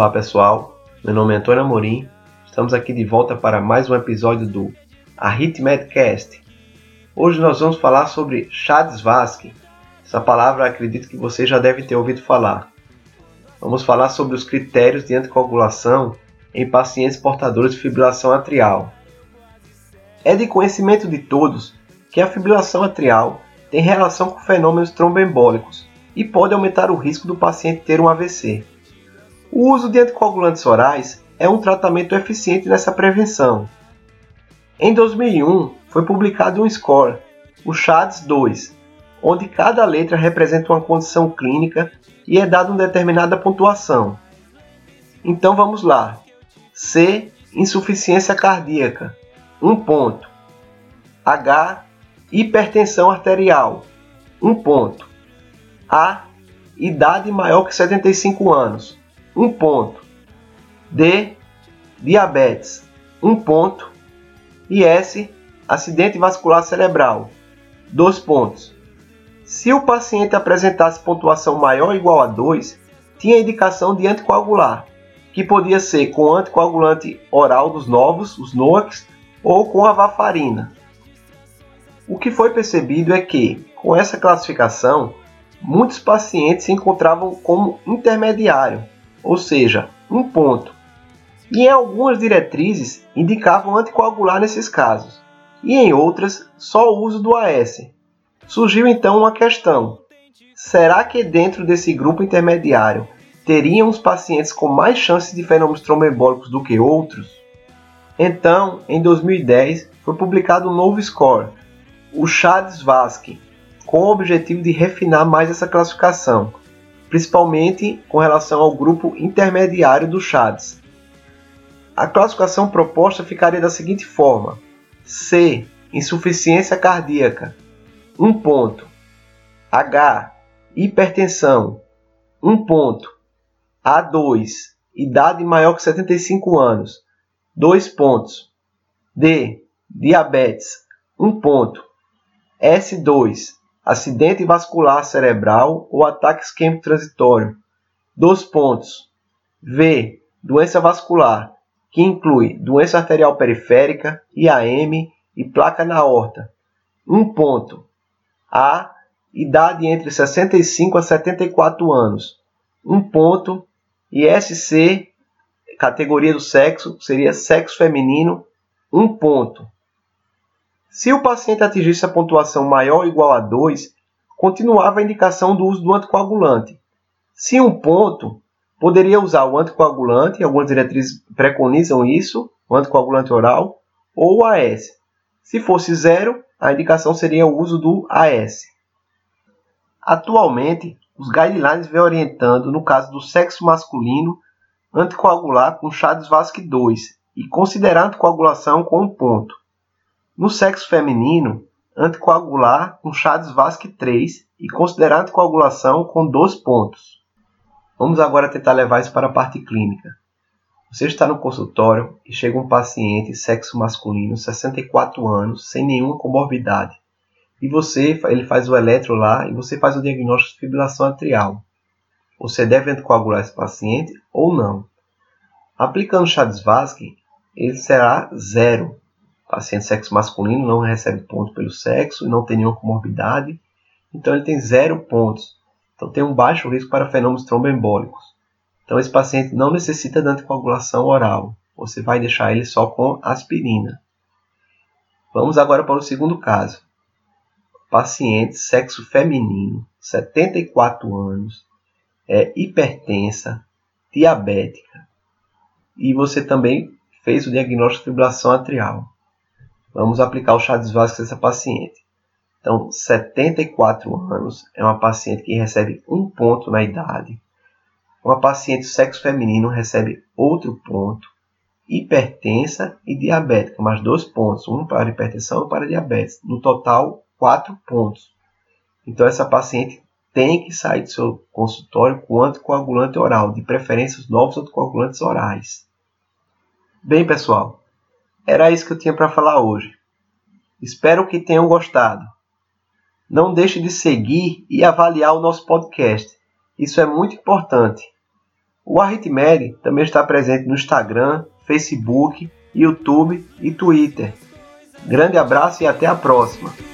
Olá pessoal, meu nome é Antônio Amorim, estamos aqui de volta para mais um episódio do Arritmedcast. Hoje nós vamos falar sobre Chades-Vasque. Essa palavra acredito que vocês já devem ter ouvido falar. Vamos falar sobre os critérios de anticoagulação em pacientes portadores de fibrilação atrial. É de conhecimento de todos que a fibrilação atrial tem relação com fenômenos tromboembólicos e pode aumentar o risco do paciente ter um AVC. O uso de anticoagulantes orais é um tratamento eficiente nessa prevenção. Em 2001, foi publicado um score, o CHADS-2, onde cada letra representa uma condição clínica e é dada uma determinada pontuação. Então vamos lá. C. Insuficiência cardíaca, 1 ponto. H. Hipertensão arterial, 1 ponto. A. Idade maior que 75 anos, 1 ponto. D. Diabetes, 1 ponto. E S. Acidente vascular cerebral, 2 pontos. Se o paciente apresentasse pontuação maior ou igual a 2, tinha indicação de anticoagular, que podia ser com anticoagulante oral dos novos, os NOACs, ou com a varfarina. O que foi percebido é que, com essa classificação, muitos pacientes se encontravam como intermediário, ou seja, 1 ponto. E em algumas diretrizes indicavam anticoagular nesses casos, e em outras só o uso do AS. Surgiu então uma questão: será que dentro desse grupo intermediário teriam os pacientes com mais chances de fenômenos tromboembólicos do que outros? Então, em 2010, foi publicado um novo score, o Chades-Vasque, com o objetivo de refinar mais essa classificação, principalmente com relação ao grupo intermediário do Chades. A classificação proposta ficaria da seguinte forma: C. Insuficiência cardíaca, 1 ponto. H. Hipertensão, 1 ponto. A2. Idade maior que 75 anos, 2 pontos. D. Diabetes, 1 ponto. S2. Acidente vascular cerebral ou ataque isquêmico transitório, 2 pontos. V. Doença vascular, que inclui doença arterial periférica, IAM e placa na aorta, 1 ponto. A. Idade entre 65 a 74 anos, 1 ponto. E SC, categoria do sexo, seria sexo feminino, 1 ponto. Se o paciente atingisse a pontuação maior ou igual a 2, continuava a indicação do uso do anticoagulante. Se 1 ponto, poderia usar o anticoagulante, algumas diretrizes preconizam isso, o anticoagulante oral, ou o AS. Se fosse 0, a indicação seria o uso do AS. Atualmente, os guidelines vêm orientando, no caso do sexo masculino, anticoagular com Chades-Vasque 2 e considerar anticoagulação com 1 ponto. No sexo feminino, anticoagular com Chades-Vasque 3 e considerar anticoagulação com 2 pontos. Vamos agora tentar levar isso para a parte clínica. Você está no consultório e chega um paciente, sexo masculino, 64 anos, sem nenhuma comorbidade. E ele faz o eletro lá e você faz o diagnóstico de fibrilação atrial. Você deve anticoagular esse paciente ou não. Aplicando Chades-Vasque, ele será 0. O paciente sexo masculino não recebe ponto pelo sexo, não tem nenhuma comorbidade, então ele tem 0 pontos. Então tem um baixo risco para fenômenos tromboembólicos. Então esse paciente não necessita de anticoagulação oral. Você vai deixar ele só com aspirina. Vamos agora para o segundo caso. Paciente sexo feminino, 74 anos, hipertensa, diabética. E você também fez o diagnóstico de fibrilação atrial. Vamos aplicar o Chades-Vasque nessa paciente. Então, 74 anos, é uma paciente que recebe 1 ponto na idade. Uma paciente sexo feminino recebe outro ponto. Hipertensa e diabética, mais 2 pontos. Um para hipertensão e um para diabetes. No total, 4 pontos. Então, essa paciente tem que sair do seu consultório com anticoagulante oral, de preferência os novos anticoagulantes orais. Bem, pessoal, era isso que eu tinha para falar hoje. Espero que tenham gostado. Não deixe de seguir e avaliar o nosso podcast. Isso é muito importante. O Arritmed também está presente no Instagram, Facebook, YouTube e Twitter. Grande abraço e até a próxima!